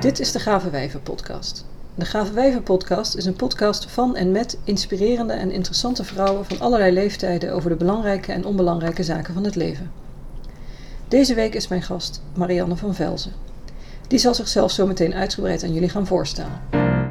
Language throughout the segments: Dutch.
Dit is de Gave Wijven podcast. De Gave Wijven podcast is een podcast van en met inspirerende en interessante vrouwen van allerlei leeftijden over de belangrijke en onbelangrijke zaken van het leven. Deze week is mijn gast Marianne van Velzen. Die zal zichzelf zo meteen uitgebreid aan jullie gaan voorstellen.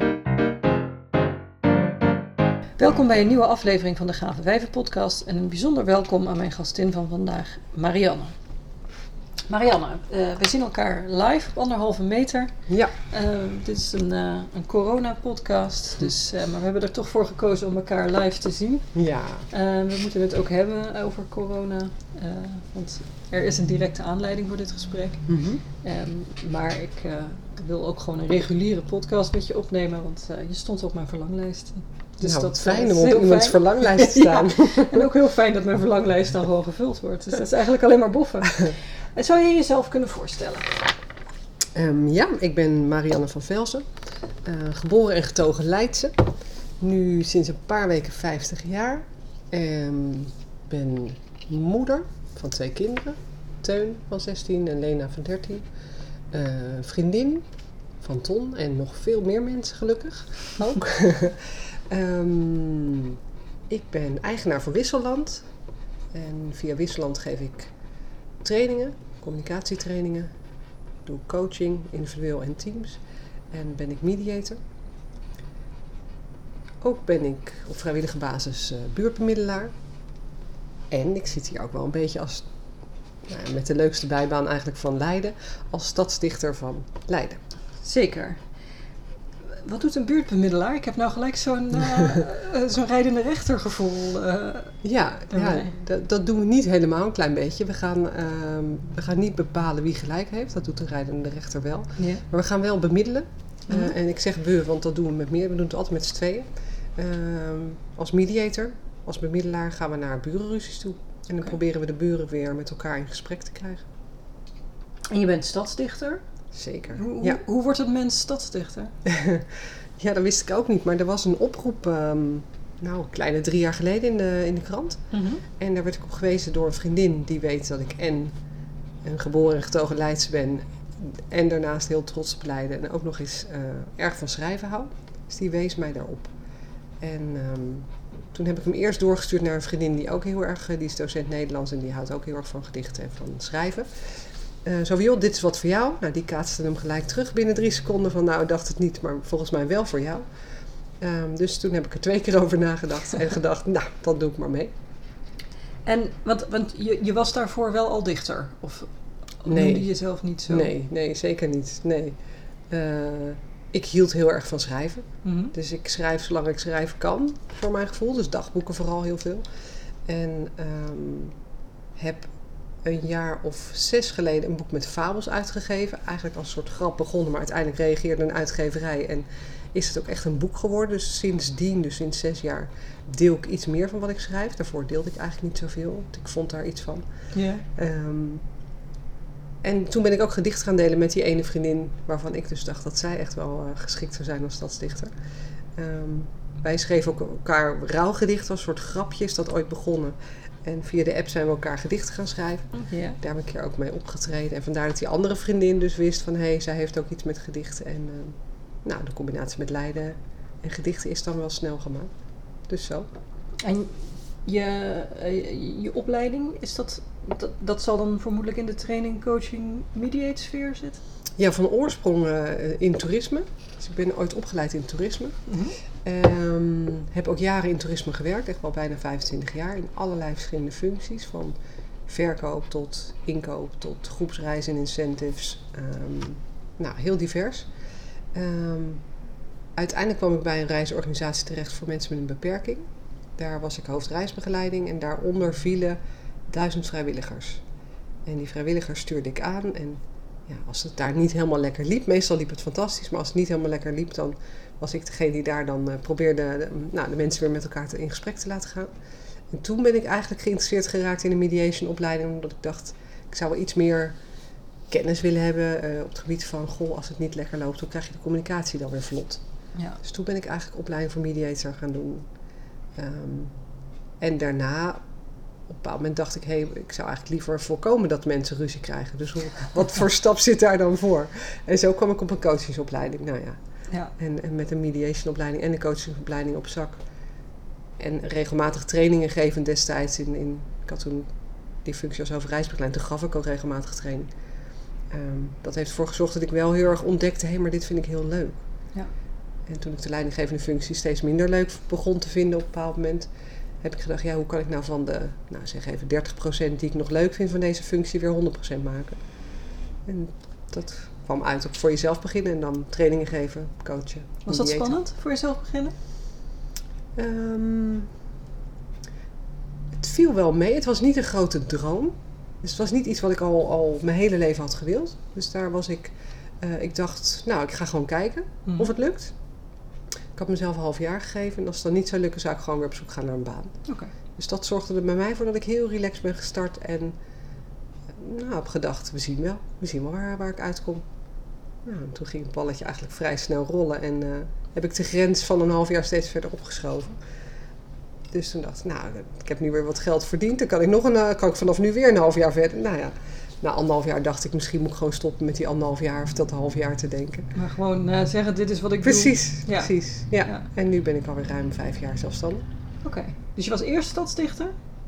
Welkom bij een nieuwe aflevering van de Gave Wijven podcast en een bijzonder welkom aan mijn gastin van vandaag, Marianne. Marianne, we zien elkaar live op 1,5 meter. Ja. Dit is een corona-podcast, maar we hebben er toch voor gekozen om elkaar live te zien. Ja. We moeten het ook hebben over corona, want er is een directe aanleiding voor dit gesprek. Mm-hmm. Maar ik wil ook gewoon een reguliere podcast met je opnemen, want je stond op mijn verlanglijst. Dus nou, dat is fijn om op iemands verlanglijst te staan. Ja, en ook heel fijn dat mijn verlanglijst dan gewoon gevuld wordt. Dus dat is eigenlijk alleen maar boffen. En zou je jezelf kunnen voorstellen? Ja, ik ben Marianne van Velzen. Geboren en getogen Leidse. Nu sinds een paar weken 50 jaar. Ben moeder van 2 kinderen. Teun van 16 en Lena van 13. Vriendin van Ton en nog veel meer mensen gelukkig ook. Ik ben eigenaar van Wisseland. En via Wisseland geef ik trainingen, communicatietrainingen. Doe coaching, individueel en teams. En ben ik mediator. Ook ben ik op vrijwillige basis buurtbemiddelaar. En ik zit hier ook wel een beetje als, met de leukste bijbaan eigenlijk van Leiden, als stadsdichter van Leiden. Zeker. Wat doet een buurtbemiddelaar? Ik heb nou gelijk zo'n rijdende rechtergevoel. Dat doen we niet helemaal, een klein beetje. We gaan niet bepalen wie gelijk heeft. Dat doet een rijdende rechter wel. Yeah. Maar we gaan wel bemiddelen. Mm-hmm. En ik zeg we, want dat doen we met meer. We doen het altijd met z'n tweeën. Als mediator, als bemiddelaar gaan we naar burenruzies toe. En dan proberen we de buren weer met elkaar in gesprek te krijgen. En je bent stadsdichter? Zeker. Hoe wordt een mens stadsdichter? Ja, dat wist ik ook niet. Maar er was een oproep, een kleine 3 jaar geleden in de krant. Mm-hmm. En daar werd ik op gewezen door een vriendin die weet dat ik en een geboren en getogen Leidse ben. En daarnaast heel trots op Leiden. En ook nog eens erg van schrijven hou. Dus die wees mij daarop. En toen heb ik hem eerst doorgestuurd naar een vriendin die ook heel erg, die is docent Nederlands en die houdt ook heel erg van gedichten en van schrijven. Zo van, joh, dit is wat voor jou. Nou, die kaatste hem gelijk terug binnen 3 seconden van, ik dacht het niet, maar volgens mij wel voor jou. Dus toen heb ik er 2 keer over nagedacht en gedacht, dat doe ik maar mee. En, want je was daarvoor wel al dichter? Of nee. Noemde je jezelf niet zo? Nee, zeker niet. Nee. Ik hield heel erg van schrijven. Mm-hmm. Dus ik schrijf zolang ik schrijven kan, voor mijn gevoel. Dus dagboeken vooral heel veel. En heb een jaar of 6 geleden een boek met fabels uitgegeven. Eigenlijk als een soort grap begonnen, maar uiteindelijk reageerde een uitgeverij en is het ook echt een boek geworden. Dus sindsdien, dus sinds 6 jaar, deel ik iets meer van wat ik schrijf. Daarvoor deelde ik eigenlijk niet zoveel, want ik vond daar iets van. Yeah. En toen ben ik ook gedicht gaan delen met die ene vriendin, waarvan ik dus dacht dat zij echt wel geschikt zou zijn als stadsdichter. Wij schreven ook elkaar rouwgedichten, als soort grapjes, dat ooit begonnen. En via de app zijn we elkaar gedichten gaan schrijven. Yeah. Daar heb ik een keer ook mee opgetreden. En vandaar dat die andere vriendin dus wist van, zij heeft ook iets met gedichten. En de combinatie met Leiden en gedichten is dan wel snel gemaakt. Dus zo. En je opleiding, is dat zal dan vermoedelijk in de training, coaching, mediate sfeer zitten? Ja, van oorsprong in toerisme. Dus ik ben ooit opgeleid in toerisme. Mm-hmm. Heb ook jaren in toerisme gewerkt, echt wel bijna 25 jaar. In allerlei verschillende functies, van verkoop tot inkoop, tot groepsreizen en incentives. Heel divers. Uiteindelijk kwam ik bij een reisorganisatie terecht voor mensen met een beperking. Daar was ik hoofdreisbegeleiding en daaronder vielen 1000 vrijwilligers. En die vrijwilligers stuurde ik aan en als het daar niet helemaal lekker liep, meestal liep het fantastisch, maar als het niet helemaal lekker liep, dan was ik degene die daar dan probeerde de mensen weer met elkaar in gesprek te laten gaan. En toen ben ik eigenlijk geïnteresseerd geraakt in een mediation opleiding, omdat ik dacht, ik zou wel iets meer kennis willen hebben op het gebied van, als het niet lekker loopt, hoe krijg je de communicatie dan weer vlot. Ja. Dus toen ben ik eigenlijk opleiding voor mediator gaan doen. En daarna een bepaald moment dacht ik, ik zou eigenlijk liever voorkomen dat mensen ruzie krijgen. Dus wat voor stap zit daar dan voor? En zo kwam ik op een coachingsopleiding. Nou ja. Ja. En met een mediationopleiding en een coachingsopleiding op zak. En regelmatig trainingen geven destijds. Ik had toen die functie als overheidsbegeleider. Toen gaf ik ook regelmatig training. Dat heeft ervoor gezorgd dat ik wel heel erg ontdekte, maar dit vind ik heel leuk. Ja. En toen ik de leidinggevende functie steeds minder leuk begon te vinden op een bepaald moment, heb ik gedacht, hoe kan ik nou van de, zeg even 30% die ik nog leuk vind van deze functie weer 100% maken. En dat kwam uit op voor jezelf beginnen en dan trainingen geven, coachen. Was dat spannend, voor jezelf beginnen? Het viel wel mee. Het was niet een grote droom. Dus het was niet iets wat ik al mijn hele leven had gewild. Dus daar was ik... ik dacht, ik ga gewoon kijken of het lukt. Ik had mezelf een half jaar gegeven. En als het dan niet zou lukken, zou ik gewoon weer op zoek gaan naar een baan. Okay. Dus dat zorgde er bij mij voor dat ik heel relaxed ben gestart. En heb gedacht, we zien wel waar ik uitkom. En toen ging het balletje eigenlijk vrij snel rollen. En heb ik de grens van een half jaar steeds verder opgeschoven. Dus toen dacht ik, ik heb nu weer wat geld verdiend. Dan kan ik vanaf nu weer een half jaar verder. Na 1,5 jaar dacht ik, misschien moet ik gewoon stoppen met die 1,5 jaar of dat half jaar te denken. Maar gewoon zeggen, dit is wat ik precies, doe. Precies. Ja. En nu ben ik alweer ruim 5 jaar zelfstandig. Oké. Dus je was eerst stadsdichter?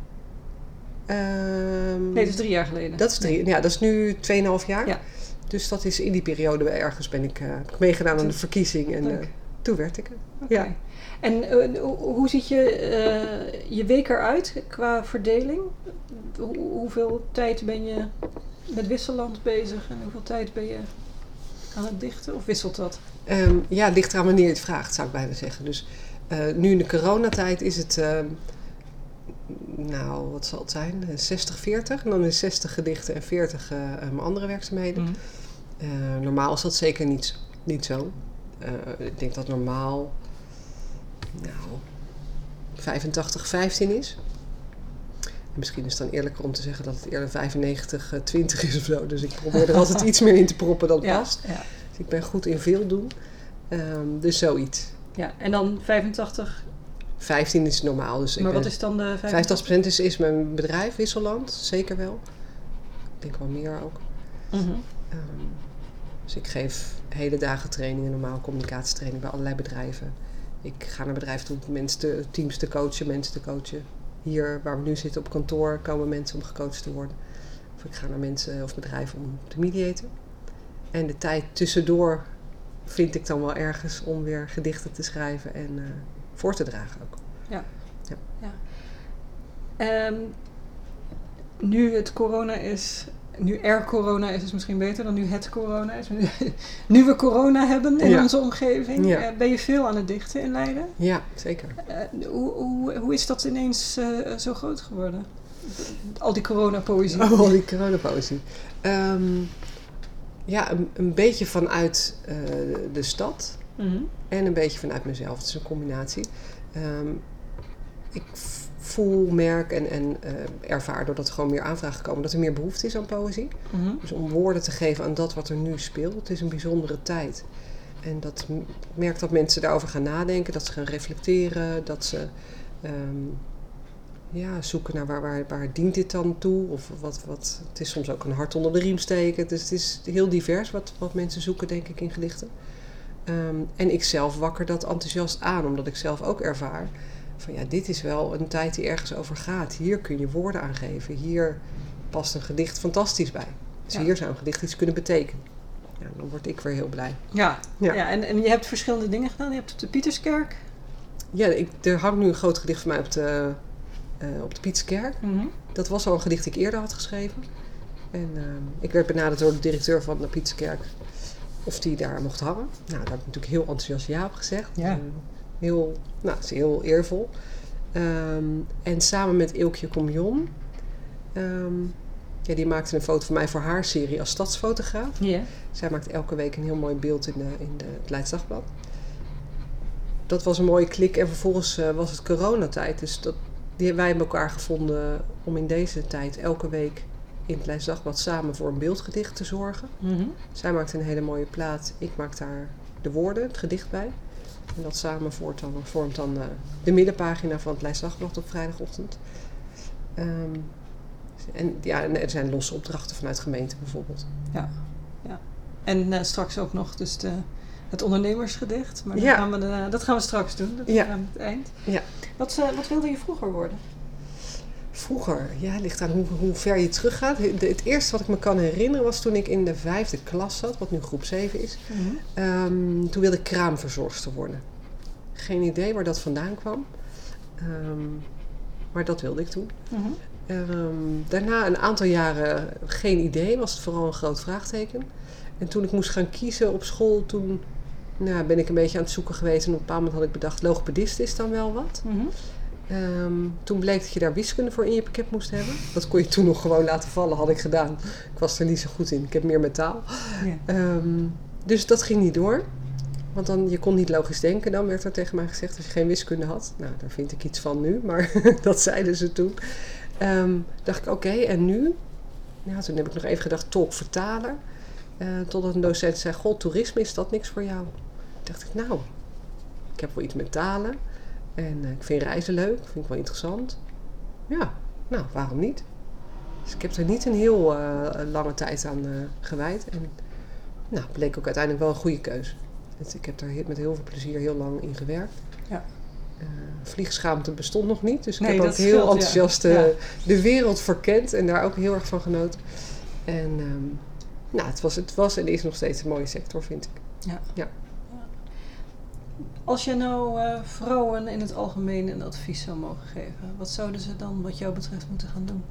Nee, dat is 3 jaar geleden. Dat is nu 2,5 jaar. Ja. Dus dat is in die periode ergens heb ik meegedaan aan de verkiezing. En toen werd ik er. Okay. Ja. En hoe ziet je week eruit qua verdeling? Hoeveel tijd ben je met Wisseland bezig en hoeveel tijd ben je aan het dichten? Of wisselt dat? Het ligt eraan wanneer je het vraagt, zou ik bijna zeggen. Dus nu in de coronatijd is het, wat zal het zijn? 60-40. En dan is 60 gedichten en 40 mijn andere werkzaamheden. Normaal is dat zeker niet zo. Ik denk dat normaal 85-15 is. En misschien is het dan eerlijker om te zeggen dat het eerder 95-20 is of zo. Dus ik probeer er altijd iets meer in te proppen dan past. Ja. Dus ik ben goed in veel doen. Dus zoiets. Ja, en dan 85? 15 is normaal. Dus maar wat is dan de 85% is mijn bedrijf, Wisseland. Zeker wel. Ik denk wel meer ook. Dus ik geef hele dagen trainingen, normaal communicatietraining bij allerlei bedrijven. Ik ga naar bedrijven toe om teams te coachen, mensen te coachen. Hier waar we nu zitten op kantoor komen mensen om gecoacht te worden. Of ik ga naar mensen of bedrijven om te mediaten. En de tijd tussendoor vind ik dan wel ergens om weer gedichten te schrijven en voor te dragen ook. Ja. Nu het corona is... Nu er corona is misschien beter dan nu het corona is. Nu we corona hebben in onze omgeving. Ben je veel aan het dichten in Leiden? Ja, zeker. Hoe is dat ineens zo groot geworden? Al die coronapoëzie. Al die coronapoëzie. Een beetje vanuit de stad. En een beetje vanuit mezelf. Het is een combinatie. Ik merk en ervaar doordat er gewoon meer aanvragen komen dat er meer behoefte is aan poëzie. Dus om woorden te geven aan dat wat er nu speelt. Het is een bijzondere tijd. En ik merk dat mensen daarover gaan nadenken, dat ze gaan reflecteren, dat ze zoeken naar waar dient dit dan toe. Of wat, het is soms ook een hart onder de riem steken. Dus het is heel divers wat mensen zoeken, denk ik, in gedichten. En ik zelf wakker dat enthousiast aan, omdat ik zelf ook ervaar van dit is wel een tijd die ergens over gaat. Hier kun je woorden aan geven. Hier past een gedicht fantastisch bij. Dus hier zou een gedicht iets kunnen betekenen. Ja, dan word ik weer heel blij. Ja. En je hebt verschillende dingen gedaan. Je hebt op de Pieterskerk. Ja, er hangt nu een groot gedicht van mij op de Pieterskerk. Dat was al een gedicht dat ik eerder had geschreven. En ik werd benaderd door de directeur van de Pieterskerk of die daar mocht hangen. Daar heb ik natuurlijk heel enthousiast ja op gezegd. Ja. Het is heel eervol. En samen met Eelkje Comjon. Die maakte een foto van mij voor haar serie als stadsfotograaf. Yeah. Zij maakt elke week een heel mooi beeld in het Leids Dagblad. Dat was een mooie klik. En vervolgens was het coronatijd. Dus wij hebben elkaar gevonden om in deze tijd elke week in het Leids Dagblad samen voor een beeldgedicht te zorgen. Zij maakt een hele mooie plaat. Ik maak daar de woorden, het gedicht bij. En dat samen vormt dan de middenpagina van het Leids Dagblad op vrijdagochtend. En er zijn losse opdrachten vanuit gemeenten bijvoorbeeld. Ja. En straks ook nog dus het ondernemersgedicht. Maar dat gaan we straks doen. Dat gaan we aan het eind. Ja. Wat wilde je vroeger worden? Vroeger? Ja, het ligt aan hoe ver je teruggaat. Het eerste wat ik me kan herinneren was toen ik in de 5e klas zat. Wat nu groep 7 is. Mm-hmm. Toen wilde ik kraamverzorgster worden. Geen idee waar dat vandaan kwam. Maar dat wilde ik toen. Mm-hmm. Daarna een aantal jaren geen idee. Was het vooral een groot vraagteken. En toen ik moest gaan kiezen op school, toen ben ik een beetje aan het zoeken geweest. En op een bepaald moment had ik bedacht, logopedist is dan wel wat. Mm-hmm. Toen bleek dat je daar wiskunde voor in je pakket moest hebben. Dat kon je toen nog gewoon laten vallen, had ik gedaan. Ik was er niet zo goed in. Ik heb meer met taal. Yeah. Dus dat ging niet door. Want je kon niet logisch denken. Dan werd er tegen mij gezegd als je geen wiskunde had. Nou, daar vind ik iets van nu. Maar dat zeiden ze toen. Dacht ik, oké, en nu? Ja, toen heb ik nog even gedacht, tolk-vertaler. Totdat een docent zei, goh, toerisme, is dat niks voor jou? Toen dacht ik, nou, ik heb wel iets met talen. En ik vind reizen leuk, vind ik wel interessant. Ja, nou, waarom niet? Dus ik heb er niet een heel lange tijd aan gewijd. En nou, bleek ook uiteindelijk wel een goede keuze. Dus ik heb daar met heel veel plezier heel lang in gewerkt. Ja. Vliegschaamte bestond nog niet. Dus ik heb ook heel enthousiast de wereld verkend. En daar ook heel erg van genoten. En het was en is nog steeds een mooie sector, vind ik. Ja. Als je nou vrouwen in het algemeen een advies zou mogen geven, wat zouden ze dan wat jou betreft moeten gaan doen?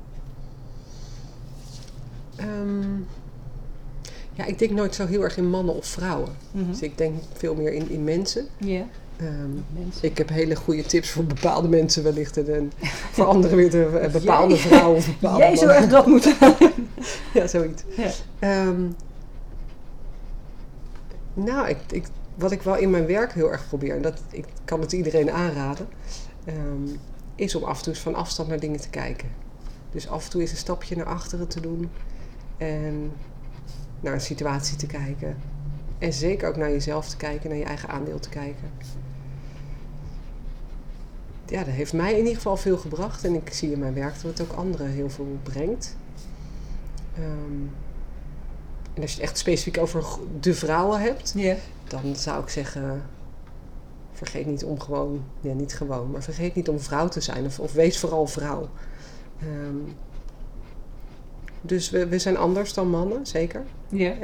Ik denk nooit zo heel erg in mannen of vrouwen. Mm-hmm. Dus ik denk veel meer in mensen. Yeah. Ik heb hele goede tips voor bepaalde mensen wellicht. En voor anderen weer bepaalde vrouwen of bepaalde Jij zou echt dat moeten. Ja, zoiets. Yeah. Wat ik wel in mijn werk heel erg probeer, en ik kan het iedereen aanraden, is om af en toe eens van afstand naar dingen te kijken. Dus af en toe eens een stapje naar achteren te doen en naar een situatie te kijken. En zeker ook naar jezelf te kijken, naar je eigen aandeel te kijken. Ja, dat heeft mij in ieder geval veel gebracht en ik zie in mijn werk dat het ook anderen heel veel brengt. En als je het echt specifiek over de vrouwen hebt, dan zou ik zeggen, vergeet niet om vergeet niet om vrouw te zijn of wees vooral vrouw. Dus we zijn anders dan mannen, zeker. Yeah.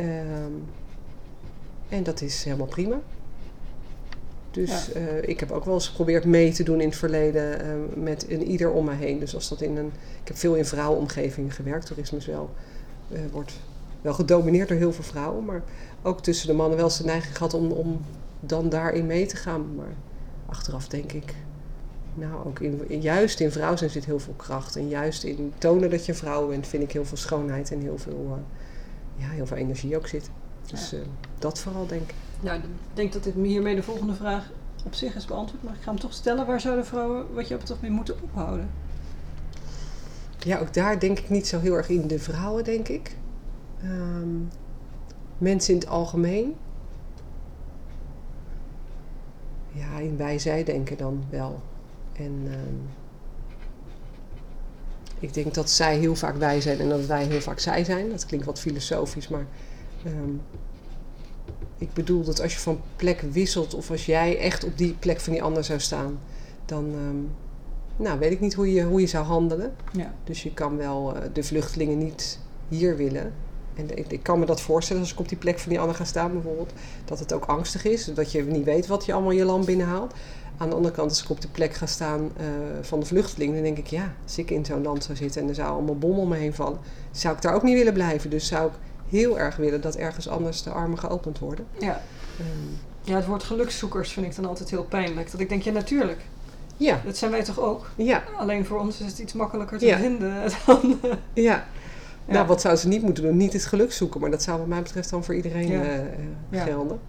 En dat is helemaal prima. Dus ik heb ook wel eens geprobeerd mee te doen in het verleden met een ieder om me heen. Dus als dat ik heb veel in vrouwenomgevingen gewerkt, toerisme is wordt wel gedomineerd door heel veel vrouwen, maar ook tussen de mannen wel eens de neiging gehad om dan daarin mee te gaan. Maar achteraf denk ik, ook juist in vrouw zijn zit heel veel kracht. En juist in tonen dat je een vrouw bent, vind ik heel veel schoonheid en heel veel energie ook zit. Dus dat vooral, denk ik. Ja, ik denk dat hiermee de volgende vraag op zich is beantwoord. Maar ik ga hem toch stellen. Waar zouden vrouwen wat jou betreft mee moeten ophouden? Ja, ook daar denk ik niet zo heel erg in de vrouwen, denk ik. Mensen in het algemeen. Ja, in wij-zij denken dan wel. En ik denk dat zij heel vaak wij zijn en dat wij heel vaak zij zijn. Dat klinkt wat filosofisch, maar ik bedoel dat als je van plek wisselt of als jij echt op die plek van die ander zou staan, dan weet ik niet hoe je zou handelen. Ja. Dus je kan wel de vluchtelingen niet hier willen. En ik kan me dat voorstellen als ik op die plek van die ander ga staan bijvoorbeeld, dat het ook angstig is, dat je niet weet wat je allemaal je land binnenhaalt. Aan de andere kant, als ik op de plek ga staan van de vluchtelingen, dan denk ik, als ik in zo'n land zou zitten en er zou allemaal bommen om me heen vallen, zou ik daar ook niet willen blijven. Dus zou ik heel erg willen dat ergens anders de armen geopend worden. Ja. Het woord gelukszoekers vind ik dan altijd heel pijnlijk. Dat ik denk, natuurlijk. Ja. Dat zijn wij toch ook? Ja. Alleen voor ons is het iets makkelijker te vinden dan... Ja. Nou, wat zou ze niet moeten doen? Niet het geluk zoeken, maar dat zou wat mij betreft dan voor iedereen gelden.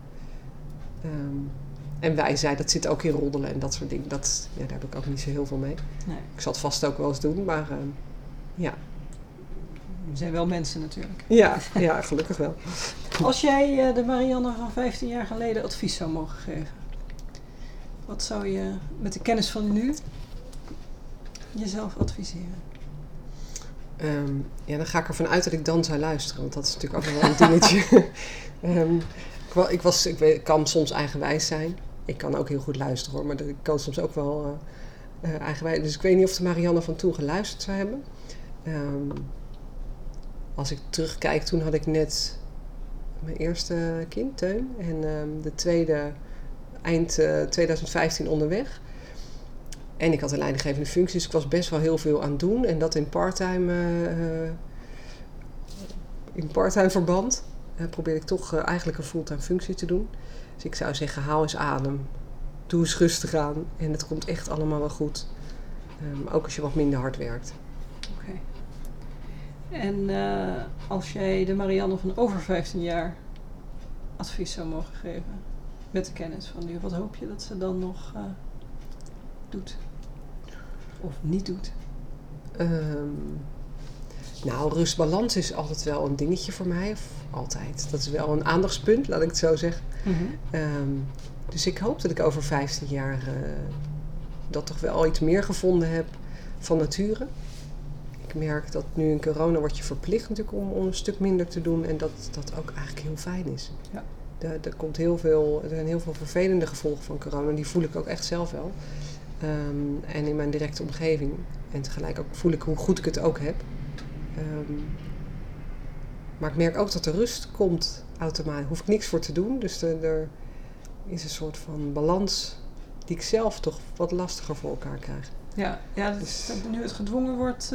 En wij zijn, dat zit ook in roddelen en dat soort dingen. Daar heb ik ook niet zo heel veel mee. Nee. Ik zal het vast ook wel eens doen, maar We zijn wel mensen natuurlijk. Ja, gelukkig wel. Als jij de Marianne van 15 jaar geleden advies zou mogen geven, wat zou je met de kennis van nu jezelf adviseren? Dan ga ik ervan uit dat ik dan zou luisteren. Want dat is natuurlijk ook wel een dingetje. Ik kan soms eigenwijs zijn. Ik kan ook heel goed luisteren hoor. Maar ik kan soms ook wel eigenwijs. Dus ik weet niet of de Marianne van toen geluisterd zou hebben. Als ik terugkijk, toen had ik net mijn eerste kind, Teun. En de tweede eind 2015 onderweg. En ik had een leidinggevende functie, dus ik was best wel heel veel aan het doen. En dat in part-time verband. Probeerde ik toch eigenlijk een fulltime functie te doen. Dus ik zou zeggen, haal eens adem. Doe eens rustig aan. En het komt echt allemaal wel goed. Ook als je wat minder hard werkt. Oké. En als jij de Marianne van over 15 jaar advies zou mogen geven, met de kennis van nu, wat hoop je dat ze dan nog doet? Of niet doet? Rustbalans is altijd wel een dingetje voor mij. Of altijd. Dat is wel een aandachtspunt, laat ik het zo zeggen. Mm-hmm. Dus ik hoop dat ik over 15 jaar dat toch wel iets meer gevonden heb van nature. Ik merk dat nu in corona word je verplicht natuurlijk om een stuk minder te doen. En dat dat ook eigenlijk heel fijn is. Ja. Er zijn heel veel vervelende gevolgen van corona. Die voel ik ook echt zelf wel. En in mijn directe omgeving. En tegelijk ook voel ik hoe goed ik het ook heb. Maar ik merk ook dat de rust komt automatisch. Hoef ik niks voor te doen. Dus er is een soort van balans die ik zelf toch wat lastiger voor elkaar krijg. Ja, dus nu het gedwongen wordt,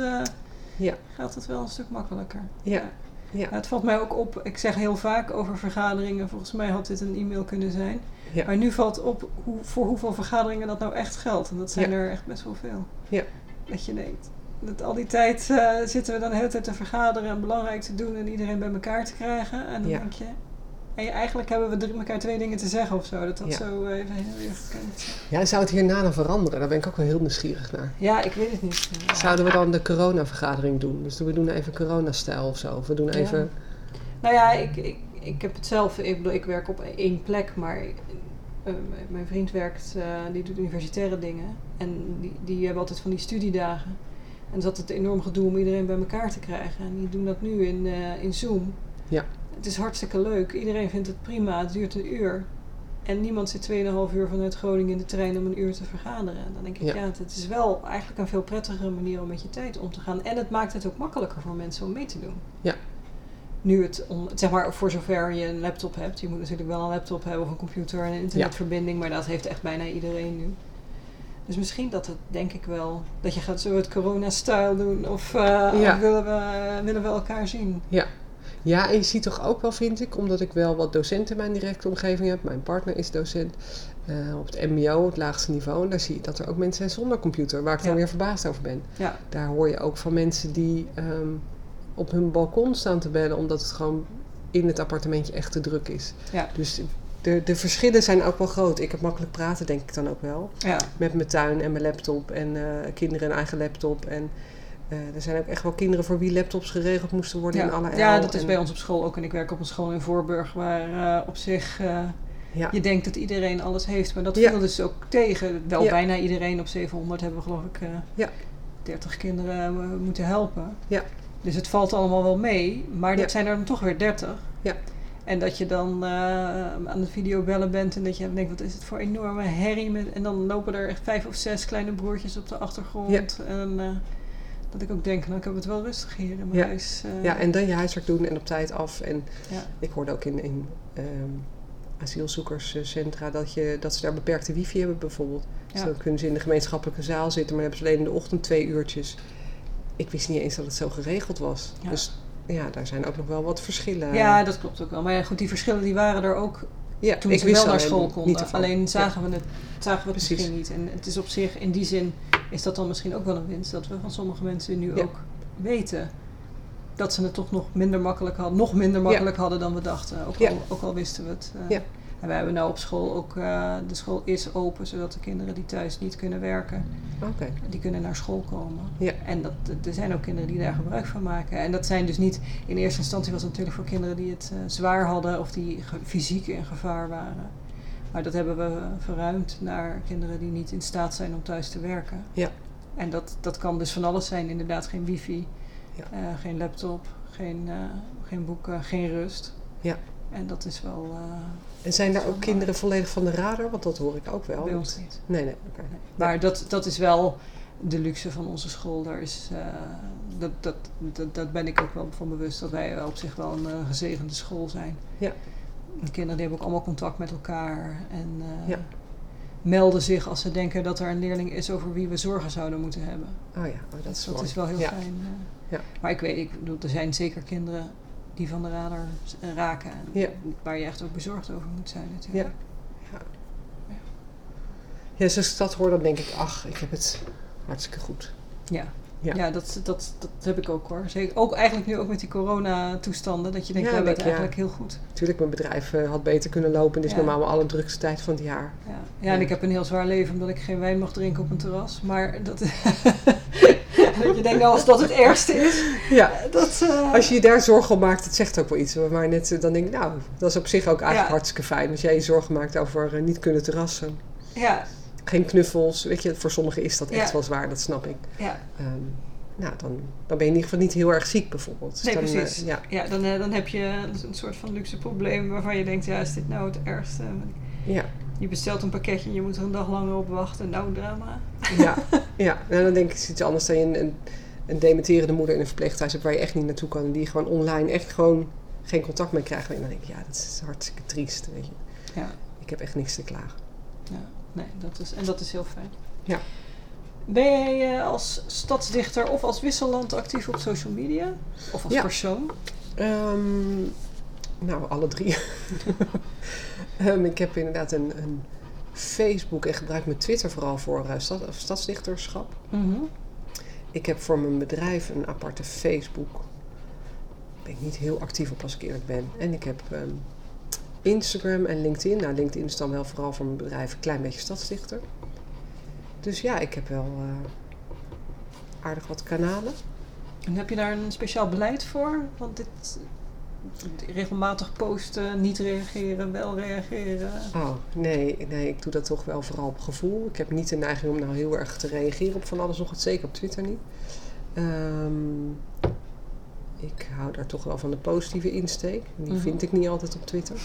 gaat het wel een stuk makkelijker. Ja. Het valt mij ook op. Ik zeg heel vaak over vergaderingen. Volgens mij had dit een e-mail kunnen zijn. Ja. Maar nu valt op voor hoeveel vergaderingen dat nou echt geldt. En dat zijn er echt best wel veel. Ja. Dat je denkt. Dat al die tijd zitten we dan de hele tijd te vergaderen en belangrijk te doen en iedereen bij elkaar te krijgen. En dan denk je, eigenlijk hebben we elkaar 2 dingen te zeggen of zo. Dat zo even heen en weer gekend. Ja, zou het hierna dan veranderen? Daar ben ik ook wel heel nieuwsgierig naar. Ja, ik weet het niet. Zouden we dan de corona-vergadering doen? Dus we doen even corona-stijl of zo? Of we doen even... Nou ja, ik heb het zelf. Ik werk op 1 plek, maar mijn vriend werkt, die doet universitaire dingen. En die hebben altijd van die studiedagen. En zat het enorm gedoe om iedereen bij elkaar te krijgen. En die doen dat nu in Zoom. Ja. Het is hartstikke leuk. Iedereen vindt het prima. Het duurt 1 uur. En niemand zit 2,5 uur vanuit Groningen in de trein om 1 uur te vergaderen. Dan denk ik, het is wel eigenlijk een veel prettigere manier om met je tijd om te gaan. En het maakt het ook makkelijker voor mensen om mee te doen. Ja. Nu zeg maar, voor zover je een laptop hebt. Je moet natuurlijk wel een laptop hebben of een computer en een internetverbinding. Maar dat heeft echt bijna iedereen nu. Dus misschien dat het, denk ik wel, dat je gaat zo het corona-style doen. Of willen we elkaar zien. Ja, en je ziet toch ook wel, vind ik, omdat ik wel wat docenten in mijn directe omgeving heb. Mijn partner is docent op het mbo, het laagste niveau. En daar zie je dat er ook mensen zijn zonder computer, waar ik dan weer verbaasd over ben. Ja. Daar hoor je ook van mensen die op hun balkon staan te bellen, omdat het gewoon in het appartementje echt te druk is. Ja. Dus de verschillen zijn ook wel groot. Ik heb makkelijk praten, denk ik dan ook wel. Ja. Met mijn tuin en mijn laptop en kinderen een eigen laptop. En er zijn ook echt wel kinderen voor wie laptops geregeld moesten worden in alle Ja, dat is bij ons op school ook. En ik werk op een school in Voorburg waar op zich je denkt dat iedereen alles heeft. Maar dat viel dus ook tegen. Wel bijna iedereen op 700 hebben we geloof ik 30 kinderen moeten helpen. Ja. Dus het valt allemaal wel mee. Maar dat zijn er dan toch weer 30. Ja. En dat je dan aan de videobellen bent en dat je denkt, wat is het voor enorme herrie. En dan lopen er echt 5 of 6 kleine broertjes op de achtergrond. Ja. En dat ik ook denk, ik heb het wel rustig hier in mijn huis. En dan je huiswerk doen en op tijd af. En ik hoorde ook in asielzoekerscentra dat ze daar beperkte wifi hebben bijvoorbeeld. Dus dan kunnen ze in de gemeenschappelijke zaal zitten, maar dan hebben ze alleen in de ochtend 2 uurtjes. Ik wist niet eens dat het zo geregeld was. Ja. Dus daar zijn ook nog wel wat verschillen. Ja, dat klopt ook wel. Maar ja, goed, die verschillen die waren er ook toen ze wel naar school konden. Alleen zagen we het misschien niet. En het is op zich, in die zin, is dat dan misschien ook wel een winst. Dat we van sommige mensen nu ook weten dat ze het toch nog minder makkelijk hadden dan we dachten. Ook al wisten we het. En wij hebben nou op school ook, de school is open, zodat de kinderen die thuis niet kunnen werken, die kunnen naar school komen. Ja. En er zijn ook kinderen die daar gebruik van maken. En dat zijn dus niet, in eerste instantie was het natuurlijk voor kinderen die het zwaar hadden of die fysiek in gevaar waren. Maar dat hebben we verruimd naar kinderen die niet in staat zijn om thuis te werken. Ja. En dat kan dus van alles zijn, inderdaad geen wifi. Ja. Geen laptop, geen boeken, geen rust. Ja. En dat is wel... En zijn daar ook kinderen volledig van de radar? Want dat hoor ik ook wel. Bij ons niet. Nee, oké. Nee. Maar dat is wel de luxe van onze school. Daar is, dat ben ik ook wel van bewust. Dat wij op zich wel een gezegende school zijn. Ja. De kinderen die hebben ook allemaal contact met elkaar. En melden zich als ze denken dat er een leerling is over wie we zorgen zouden moeten hebben. Oh ja, dat is mooi. Dat is wel heel fijn. Ja. Maar ik bedoel, er zijn zeker kinderen die van de radar raken. En waar je echt ook bezorgd over moet zijn natuurlijk. Ja, als ik dat hoor, dan denk ik, ik heb het hartstikke goed. Ja, dat heb ik ook hoor. Zeker, ook eigenlijk nu ook met die coronatoestanden, dat je denkt, we hebben het eigenlijk heel goed. Tuurlijk, mijn bedrijf had beter kunnen lopen. Dit is normaal maar alle drukste tijd van het jaar. En ik heb een heel zwaar leven omdat ik geen wijn mag drinken op een terras. Maar dat je denkt, als dat het ergste is. Ja, als je je daar zorgen om maakt, het zegt ook wel iets. Maar net dan denk ik, dat is op zich ook eigenlijk hartstikke fijn. Als jij je zorgen maakt over niet kunnen terrassen. Ja. Geen knuffels, weet je, voor sommigen is dat echt wel zwaar, dat snap ik. Ja. Dan ben je in ieder geval niet heel erg ziek bijvoorbeeld. Nee, dus precies. Dan heb je een soort van luxe probleem waarvan je denkt, is dit nou het ergste? Ja. Je bestelt een pakketje en je moet er een dag langer op wachten. Nou, drama. Ja. Dan denk ik, het is iets anders dan je een dementerende moeder in een verpleeghuis hebt waar je echt niet naartoe kan. En die gewoon online echt gewoon geen contact mee krijgt. En dan denk ik, dat is hartstikke triest, weet je. Ja. Ik heb echt niks te klagen. Ja. Nee, dat is heel fijn. Ja. Ben jij als stadsdichter of als wisselland actief op social media? Of als persoon? Alle drie. Ik heb inderdaad een Facebook en gebruik mijn Twitter vooral voor stadsdichterschap. Mm-hmm. Ik heb voor mijn bedrijf een aparte Facebook. Daar ben ik niet heel actief op als ik eerlijk ben. En ik heb Instagram en LinkedIn. Nou, LinkedIn is dan wel vooral voor mijn bedrijf een klein beetje stadsdichter. Dus ik heb wel aardig wat kanalen. En heb je daar een speciaal beleid voor? Want dit regelmatig posten, niet reageren, wel reageren? Nee, ik doe dat toch wel vooral op gevoel. Ik heb niet de neiging om nou heel erg te reageren op van alles nog. Zeker op Twitter niet. Ik hou daar toch wel van de positieve insteek. Die vind ik niet altijd op Twitter.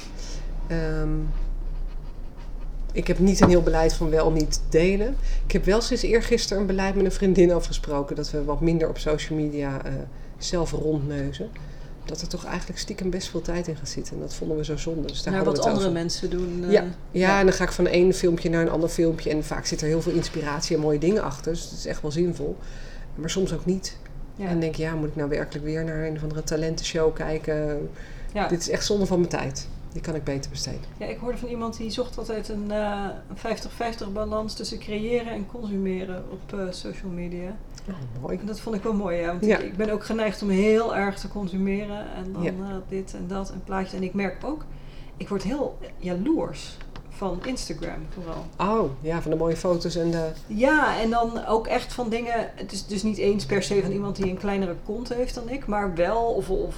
Ik heb niet een heel beleid van wel niet delen. Ik heb wel sinds eergisteren een beleid met een vriendin afgesproken. Dat we wat minder op social media zelf rondneuzen. Dat er toch eigenlijk stiekem best veel tijd in gaat zitten. En dat vonden we zo zonde. Dus daar wat andere mensen doen. En dan ga ik van een filmpje naar een ander filmpje. En vaak zit er heel veel inspiratie en mooie dingen achter. Dus het is echt wel zinvol. Maar soms ook niet. Ja. En dan denk je, moet ik nou werkelijk weer naar een of andere talentenshow kijken? Ja. Dit is echt zonde van mijn tijd. Die kan ik beter besteden. Ja, ik hoorde van iemand die zocht altijd een 50-50 balans tussen creëren en consumeren op social media. Mooi. En dat vond ik wel mooi, want ik ben ook geneigd om heel erg te consumeren. En dan dit en dat en plaatjes. En ik merk ook, ik word heel jaloers van Instagram vooral. Van de mooie foto's en de... Ja, en dan ook echt van dingen... Het is dus niet eens per se van iemand die een kleinere kont heeft dan ik, maar wel, of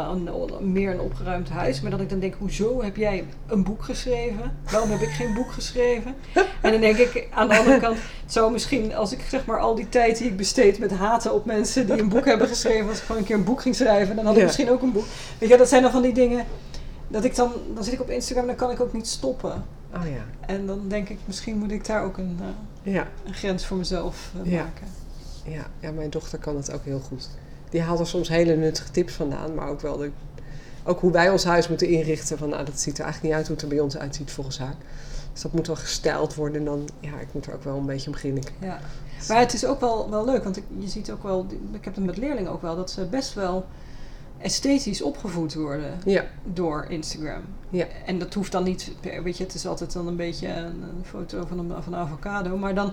meer een opgeruimd huis. Maar dat ik dan denk, hoezo heb jij een boek geschreven? Waarom heb ik geen boek geschreven? En dan denk ik, aan de andere kant, het zou misschien, als ik zeg maar al die tijd die ik besteed met haten op mensen die een boek hebben geschreven, als ik gewoon een keer een boek ging schrijven, dan had ik misschien ook een boek. Weet je, dat zijn dan van die dingen... Dat ik dan zit ik op Instagram, dan kan ik ook niet stoppen. En dan denk ik, misschien moet ik daar ook een grens voor mezelf maken. Ja, mijn dochter kan het ook heel goed. Die haalt er soms hele nuttige tips vandaan, maar ook wel ook hoe wij ons huis moeten inrichten. Van, dat ziet er eigenlijk niet uit hoe het er bij ons uitziet volgens haar. Dus dat moet wel gestyled worden en dan, ik moet er ook wel een beetje om grinniken. Ja. Maar het is ook wel leuk, want je ziet ook wel, ik heb het met leerlingen ook wel, dat ze best wel esthetisch opgevoed worden door Instagram. Ja. En dat hoeft dan niet, weet je, het is altijd dan een beetje een foto van een avocado, maar dan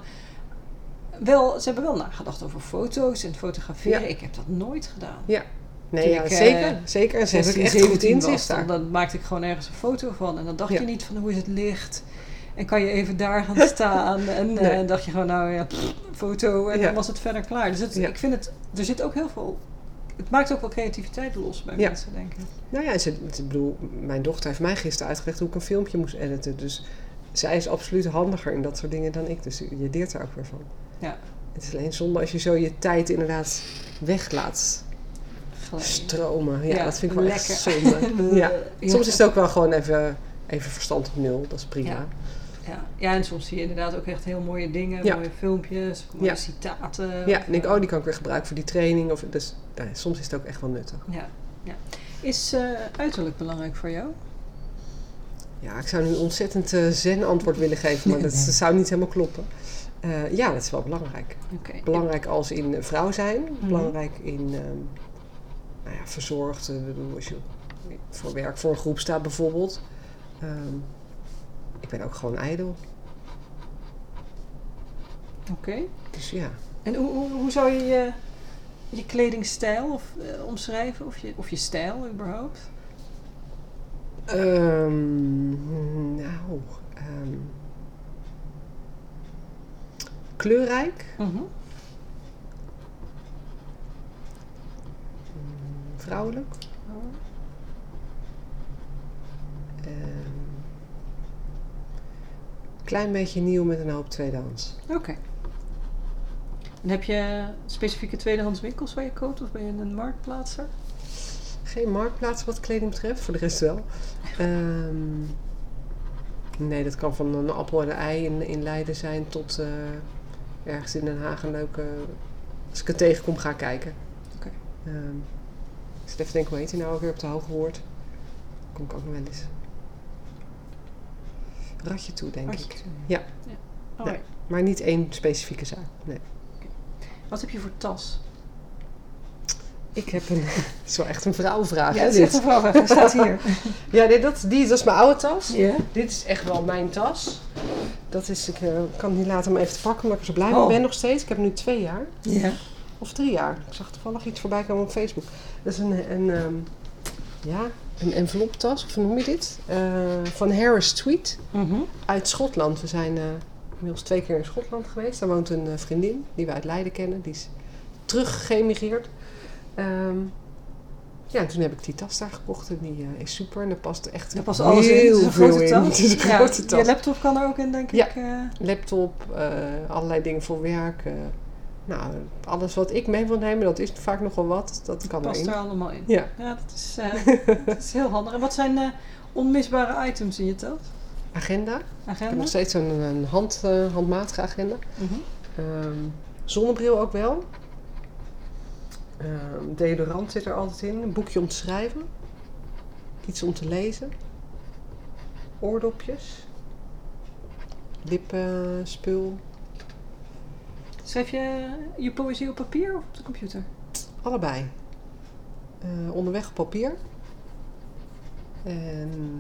wel, ze hebben wel nagedacht over foto's en fotograferen. Ja. Ik heb dat nooit gedaan. Ja. Nee, zeker. En ze hebben echt goed inzicht daar. Dan maakte ik gewoon ergens een foto van en dan dacht je niet van hoe is het licht en kan je even daar gaan staan en dacht je gewoon foto en dan was het verder klaar. Dus ik vind het, er zit ook heel veel. Het maakt ook wel creativiteit los bij mensen, denk ik. Nou ja, ik bedoel, mijn dochter heeft mij gisteren uitgelegd hoe ik een filmpje moest editen. Dus zij is absoluut handiger in dat soort dingen dan ik. Dus je leert er ook weer van. Ja. Het is alleen zonde als je zo je tijd inderdaad weglaat stromen. Ja, dat vind ik wel lekker. echt zonde. Ja. Soms is het ook wel gewoon even verstand op nul. Dat is prima. Ja, en soms zie je inderdaad ook echt heel mooie dingen, mooie filmpjes, mooie citaten. Ja, en denk die kan ik weer gebruiken voor die training. Dus soms is het ook echt wel nuttig. Ja. Is uiterlijk belangrijk voor jou? Ja, ik zou nu een ontzettend zen antwoord willen geven, maar dat zou niet helemaal kloppen. Ja, dat is wel belangrijk. Okay. Belangrijk als in vrouw zijn. Belangrijk in verzorgd. Als je voor werk voor een groep staat bijvoorbeeld. Ik ben ook gewoon ijdel. Oké. Dus ja. En hoe zou je je kledingstijl omschrijven? Of je stijl überhaupt? Kleurrijk. Vrouwelijk. Klein beetje nieuw met een hoop tweedehands. Oké. En heb je specifieke tweedehands winkels waar je koopt of ben je een marktplaatser? Geen marktplaats wat kleding betreft, voor de rest wel. Nee, dat kan van een appel en een ei in Leiden zijn tot ergens in Den Haag een leuke... Als ik het tegenkom, ga ik kijken. Oké. Ik zit even te denken, hoe heet hij nou ook weer op de Hoge Woord? Kom ik ook nog wel eens. Ratje toe, denk ik. Ja. Oh, nee, maar niet één specifieke zaak. Nee. Okay. Wat heb je voor tas? Ik heb een... Het is wel echt een vrouwenvraag. Ja, het is echt een vrouwenvraag. Dat staat hier. Ja, dat is mijn oude tas. Yeah. Dit is echt wel mijn tas. Ik kan het niet laten om even te pakken, omdat ik er zo blij mee ben nog steeds. Ik heb nu 2 jaar. Ja. Of 3 jaar. Ik zag toevallig iets voorbij komen op Facebook. Dat is een enveloptas, of hoe noem je dit? Van Harris Tweed. Uit Schotland. We zijn inmiddels 2 keer in Schotland geweest. Daar woont een vriendin die we uit Leiden kennen. Die is terug geëmigreerd. En toen heb ik die tas daar gekocht en die is super. En daar past echt alles in. Het is een grote tas. Het is een grote tas. Je laptop kan er ook in, denk ik. Laptop, allerlei dingen voor werk. Alles wat ik mee wil nemen, dat is vaak nogal wat. Dat kan past erin. er allemaal in. Ja, dat is heel handig. En wat zijn onmisbare items in je tas? Agenda. Ik heb nog steeds een handmatige agenda. Zonnebril ook wel. Deodorant zit er altijd in. Een boekje om te schrijven. Iets om te lezen. Oordopjes. Lippenspul. Schrijf je poëzie op papier of op de computer? Allebei. Onderweg op papier. En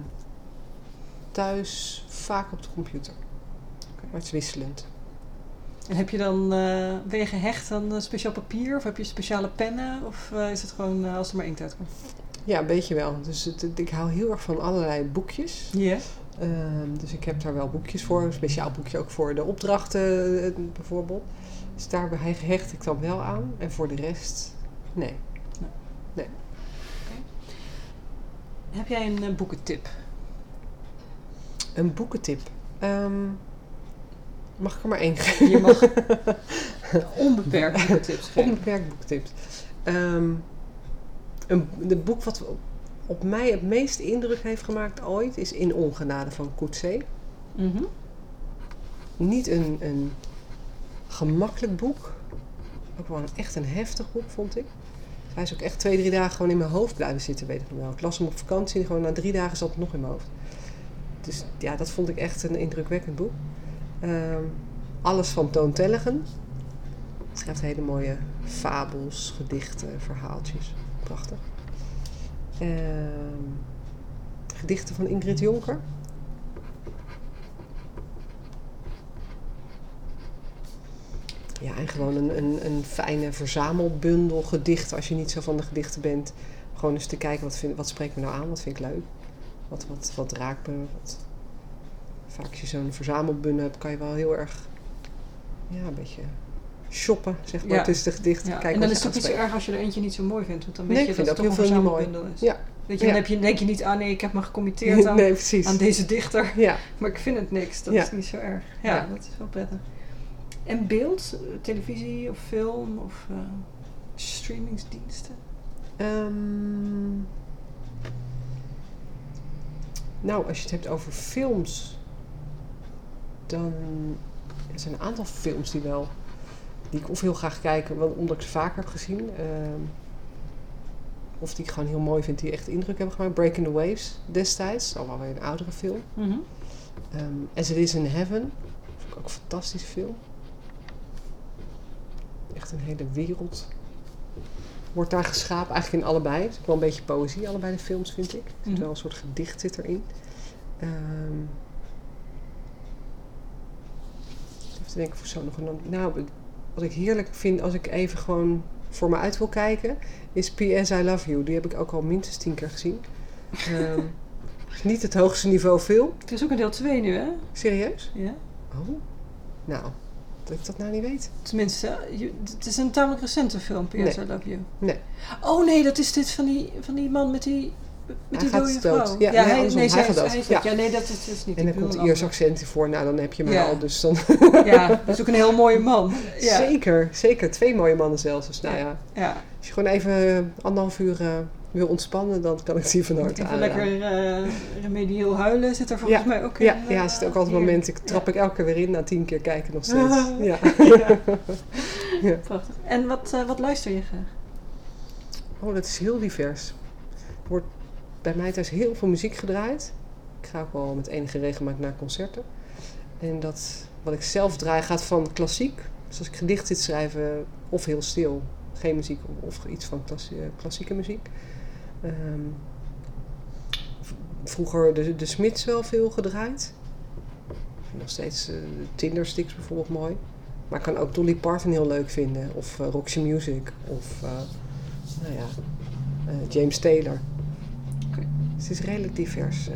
thuis vaak op de computer. Maar het is wisselend. En heb je dan, ben je gehecht aan speciaal papier? Of heb je speciale pennen? Of is het gewoon als er maar inkt uitkomt? Ja, een beetje wel. Dus ik hou heel erg van allerlei boekjes. Ja. Dus ik heb daar wel boekjes voor. Een speciaal boekje ook voor de opdrachten bijvoorbeeld. Dus daar hecht ik dan wel aan. En voor de rest, nee. Okay. Heb jij een boekentip? Een boekentip? Mag ik er maar 1 geven? Je mag onbeperkt boekentips geven. Onbeperkt boekentips. De boek wat op mij het meest indruk heeft gemaakt ooit is In Ongenade van Coetzee. Niet een gemakkelijk boek. Ook wel echt een heftig boek, vond ik. Hij is ook echt 2-3 dagen gewoon in mijn hoofd blijven zitten, weet ik nog wel. Ik las hem op vakantie en gewoon na 3 dagen zat het nog in mijn hoofd. Dus ja, dat vond ik echt een indrukwekkend boek. Alles van Toon Tellegen. Hij schrijft hele mooie fabels, gedichten, verhaaltjes. Prachtig. Gedichten van Ingrid Jonker. Ja, en gewoon een fijne verzamelbundel gedichten als je niet zo van de gedichten bent. Gewoon eens te kijken, wat spreekt me nou aan? Wat vind ik leuk? Wat raakt me? Vaak als je zo'n verzamelbundel hebt, kan je wel heel erg een beetje shoppen, zeg maar, tussen de gedichten. Ja. Kijken en dan is het ook niet zo erg als je er eentje niet zo mooi vindt. Want dan weet nee, je dat het toch een verzamelbundel is. Ja. Weet je, dan denk je niet, ik heb me gecommitteerd aan deze dichter. Ja. Maar ik vind het niks. Dat is niet zo erg. Ja, dat is wel prettig. En beeld? Televisie of film of streamingsdiensten? Nou, als je het hebt over films, dan er zijn een aantal films die ik of heel graag kijk, omdat ik ze vaker heb gezien. Of die ik gewoon heel mooi vind, die echt indruk hebben gemaakt. Breaking the Waves destijds, al wel weer een oudere film. Mm-hmm. As It Is in Heaven, vond ik ook een fantastische film. Echt een hele wereld wordt daar geschapen, eigenlijk in allebei. Het is ook wel een beetje poëzie, allebei de films, vind ik. Er zit wel een soort gedicht zit erin. Even te denken of zo nog een... Nou, wat ik heerlijk vind als ik even gewoon voor me uit wil kijken, is P.S. I Love You. Die heb ik ook al minstens 10 keer gezien. Niet het hoogste niveau film. Er is ook een deel 2 nu, hè? Serieus? Ja. Oh, nou, dat ik dat nou niet weet. Tenminste, het is een tamelijk recente film, P.S. I Love You. Nee. Oh nee, dat is dit van die man met die dode vrouw. Ja, hij gaat dood. Ja, nee, dat is niet. En dan komt Iers accent voor. Nou, dan heb je mij al. Dus dan... Ja, dat is ook een heel mooie man. Ja. Zeker. 2 mooie mannen zelfs. Dus nou ja. Als je gewoon even 1,5 uur wil ontspannen, dan kan ik die van harte aan. Lekker remedieel huilen zit er volgens mij ook in. Ja, er zit ook altijd momenten. Ik elke keer weer in na 10 keer kijken nog steeds. Ja. Prachtig. En wat luister je graag? Oh, dat is heel divers. Er wordt bij mij thuis heel veel muziek gedraaid. Ik ga ook wel met enige regelmaat naar concerten. En wat ik zelf draai gaat van klassiek. Dus als ik gedicht zit schrijven, of heel stil. Geen muziek, of iets van klassieke muziek. Vroeger de Smiths wel veel gedraaid. Ik vind nog steeds Tindersticks bijvoorbeeld mooi. Maar ik kan ook Dolly Parton heel leuk vinden. Of Roxy Music. Of James Taylor. Okay. Dus het is redelijk divers.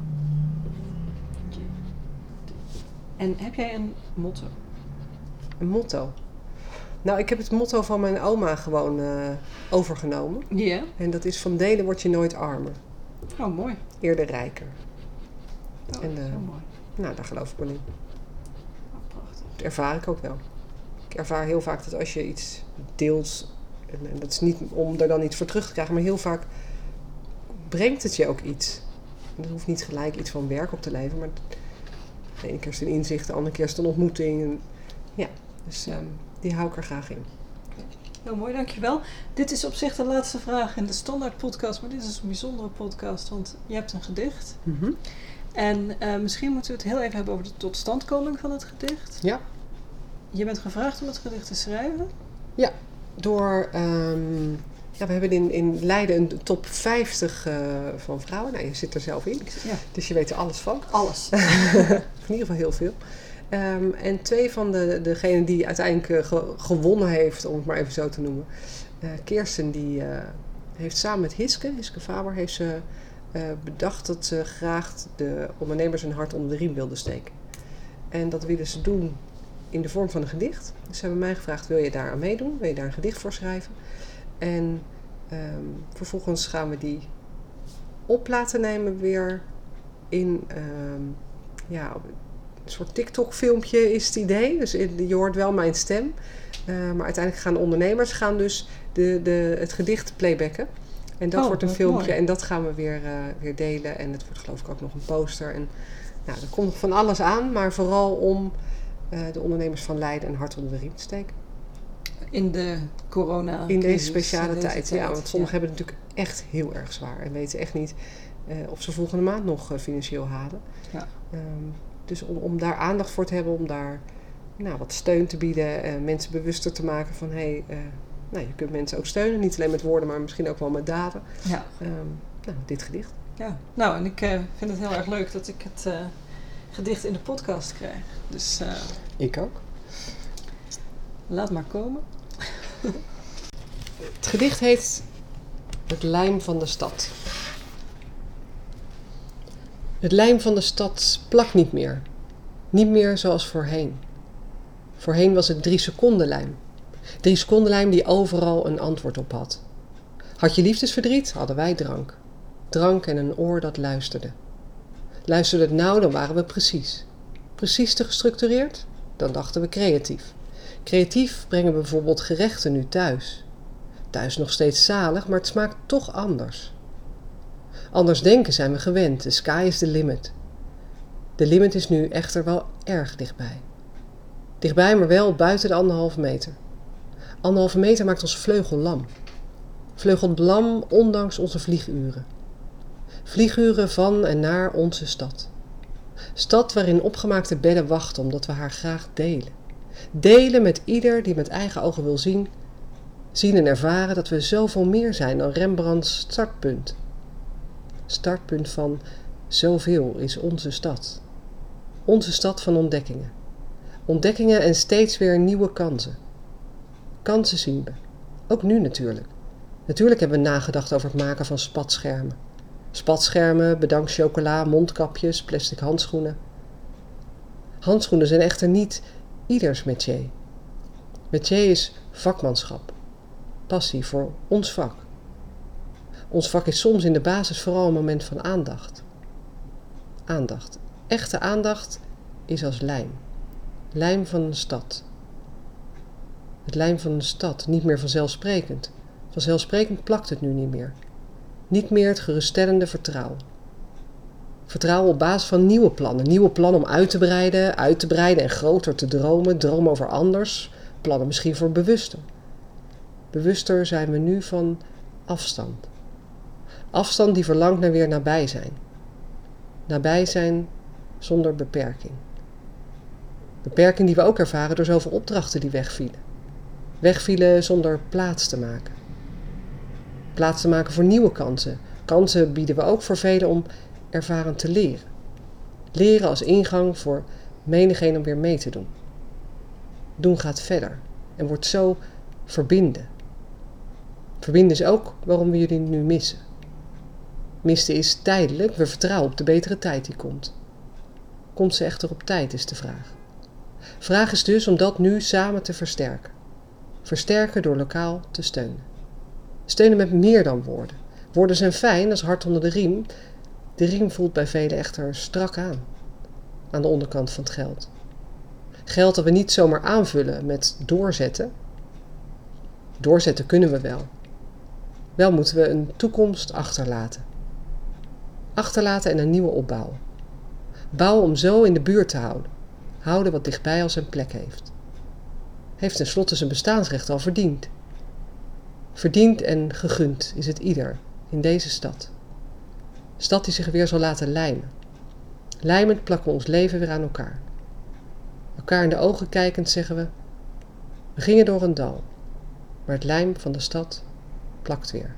En heb jij een motto? Een motto? Nou, ik heb het motto van mijn oma gewoon overgenomen. Ja. Yeah. En dat is: van delen word je nooit armer. Oh, mooi. Eerder rijker. Oh, en, dat is heel mooi. Nou, daar geloof ik wel in. Oh, prachtig. Dat ervaar ik ook wel. Ik ervaar heel vaak dat als je iets deelt, en dat is niet om er dan iets voor terug te krijgen, maar heel vaak brengt het je ook iets. En dat hoeft niet gelijk iets van werk op te leveren, maar de ene keer is het een inzicht, de andere keer is het een ontmoeting. En, ja, dus die hou ik er graag in. Heel mooi, dankjewel. Dit is op zich de laatste vraag in de standaard podcast, maar dit is een bijzondere podcast, want je hebt een gedicht. Mm-hmm. En misschien moeten we het heel even hebben over de totstandkoming van het gedicht. Ja. Je bent gevraagd om het gedicht te schrijven? Ja, door... we hebben in Leiden een top 50 van vrouwen. Nou, je zit er zelf in. Ja. Dus je weet er alles van. Alles. In ieder geval heel veel. En 2 van degenen die uiteindelijk gewonnen heeft, om het maar even zo te noemen. Kirsten, die heeft samen met Hiske Faber, heeft ze bedacht dat ze graag de ondernemers een hart onder de riem wilden steken. En dat willen ze doen in de vorm van een gedicht. Dus ze hebben mij gevraagd: wil je daar aan meedoen? Wil je daar een gedicht voor schrijven? En vervolgens gaan we die op laten nemen weer in een soort TikTok-filmpje is het idee. Dus je hoort wel mijn stem. Maar uiteindelijk gaan de ondernemers dus het gedicht playbacken. En dat wordt een filmpje mooi. En dat gaan we weer delen. En het wordt geloof ik ook nog een poster. En nou, er komt nog van alles aan. Maar vooral om de ondernemers van Leiden een hart onder de riem te steken. In de corona. In deze speciale tijd. Ja, want sommigen hebben het natuurlijk echt heel erg zwaar. En weten echt niet of ze volgende maand nog financieel halen. Ja. Dus om daar aandacht voor te hebben, om daar wat steun te bieden, mensen bewuster te maken van je kunt mensen ook steunen, niet alleen met woorden, maar misschien ook wel met daden. Ja. Dit gedicht. Ja, nou en ik vind het heel erg leuk dat ik het gedicht in de podcast krijg. Dus, ik ook. Laat maar komen. Het gedicht heet Het lijm van de stad. Het lijm van de stad plakt niet meer. Niet meer zoals voorheen. Voorheen was het 3 seconden lijm. 3 seconden lijm die overal een antwoord op had. Had je liefdesverdriet, hadden wij drank. Drank en een oor dat luisterde. Luisterde het nou, dan waren we precies. Precies te gestructureerd, dan dachten we creatief. Creatief brengen we bijvoorbeeld gerechten nu thuis. thuis nog steeds zalig, maar het smaakt toch anders. Anders denken zijn we gewend. The sky is the limit. De limit is nu echter wel erg dichtbij. Dichtbij, maar wel buiten de 1,5 meter. 1,5 meter maakt ons vleugel lam. Vleugel lam ondanks onze vlieguren. Vlieguren van en naar onze stad. Stad waarin opgemaakte bedden wachten omdat we haar graag delen. Delen met ieder die met eigen ogen wil zien. Zien en ervaren dat we zoveel meer zijn dan Rembrandts startpunt. Startpunt van zoveel is onze stad. Onze stad van ontdekkingen. Ontdekkingen en steeds weer nieuwe kansen. Kansen zien we. Ook nu natuurlijk. Natuurlijk hebben we nagedacht over het maken van spatschermen. Spatschermen, bedankt chocola, mondkapjes, plastic handschoenen. Handschoenen zijn echter niet ieders métier. Métier is vakmanschap. Passie voor ons vak. Ons vak is soms in de basis vooral een moment van aandacht. Aandacht. Echte aandacht is als lijm. Lijm van een stad. Het lijm van een stad, niet meer vanzelfsprekend. Vanzelfsprekend plakt het nu niet meer. Niet meer het geruststellende vertrouwen. Vertrouwen op basis van nieuwe plannen. Nieuwe plannen om uit te breiden en groter te dromen. Dromen over anders. Plannen misschien voor bewuster. Bewuster zijn we nu van afstand. Afstand die verlangt naar weer nabij zijn. Nabij zijn zonder beperking. Beperking die we ook ervaren door zoveel opdrachten die wegvielen. Wegvielen zonder plaats te maken. Plaats te maken voor nieuwe kansen. Kansen bieden we ook voor velen om ervaren te leren. Leren als ingang voor menigeen om weer mee te doen. Doen gaat verder en wordt zo verbinden. Verbinden is ook waarom we jullie nu missen. Misten is tijdelijk, we vertrouwen op de betere tijd die komt. Komt ze echter op tijd, is de vraag. Vraag is dus om dat nu samen te versterken. Versterken door lokaal te steunen. Steunen met meer dan woorden. Woorden zijn fijn als hart onder de riem. De riem voelt bij velen echter strak aan. Aan de onderkant van het geld. Geld dat we niet zomaar aanvullen met doorzetten. Doorzetten kunnen we wel. Wel moeten we een toekomst achterlaten. Achterlaten en een nieuwe opbouwen. Bouwen om zo in de buurt te houden. Houden wat dichtbij al zijn plek heeft. Heeft tenslotte zijn bestaansrecht al verdiend. Verdiend en gegund is het ieder in deze stad. Stad die zich weer zal laten lijmen. Lijmend plakken we ons leven weer aan elkaar. Elkaar in de ogen kijkend zeggen we: we gingen door een dal, maar het lijm van de stad plakt weer.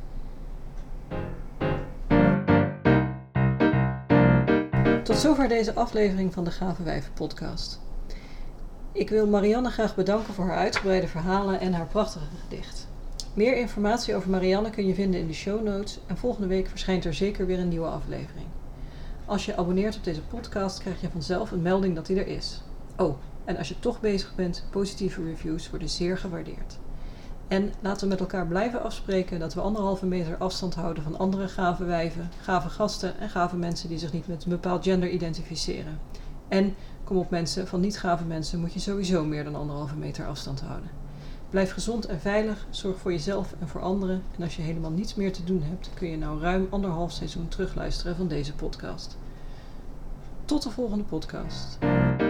Tot zover deze aflevering van de Gave Wijven podcast. Ik wil Marianne graag bedanken voor haar uitgebreide verhalen en haar prachtige gedicht. Meer informatie over Marianne kun je vinden in de show notes en volgende week verschijnt er zeker weer een nieuwe aflevering. Als je abonneert op deze podcast krijg je vanzelf een melding dat die er is. Oh, en als je toch bezig bent, positieve reviews worden zeer gewaardeerd. En laten we met elkaar blijven afspreken dat we 1,5 meter afstand houden van andere gave wijven, gave gasten en gave mensen die zich niet met een bepaald gender identificeren. En kom op mensen, van niet gave mensen moet je sowieso meer dan 1,5 meter afstand houden. Blijf gezond en veilig, zorg voor jezelf en voor anderen. En als je helemaal niets meer te doen hebt, kun je nou ruim 1,5 seizoen terugluisteren van deze podcast. Tot de volgende podcast.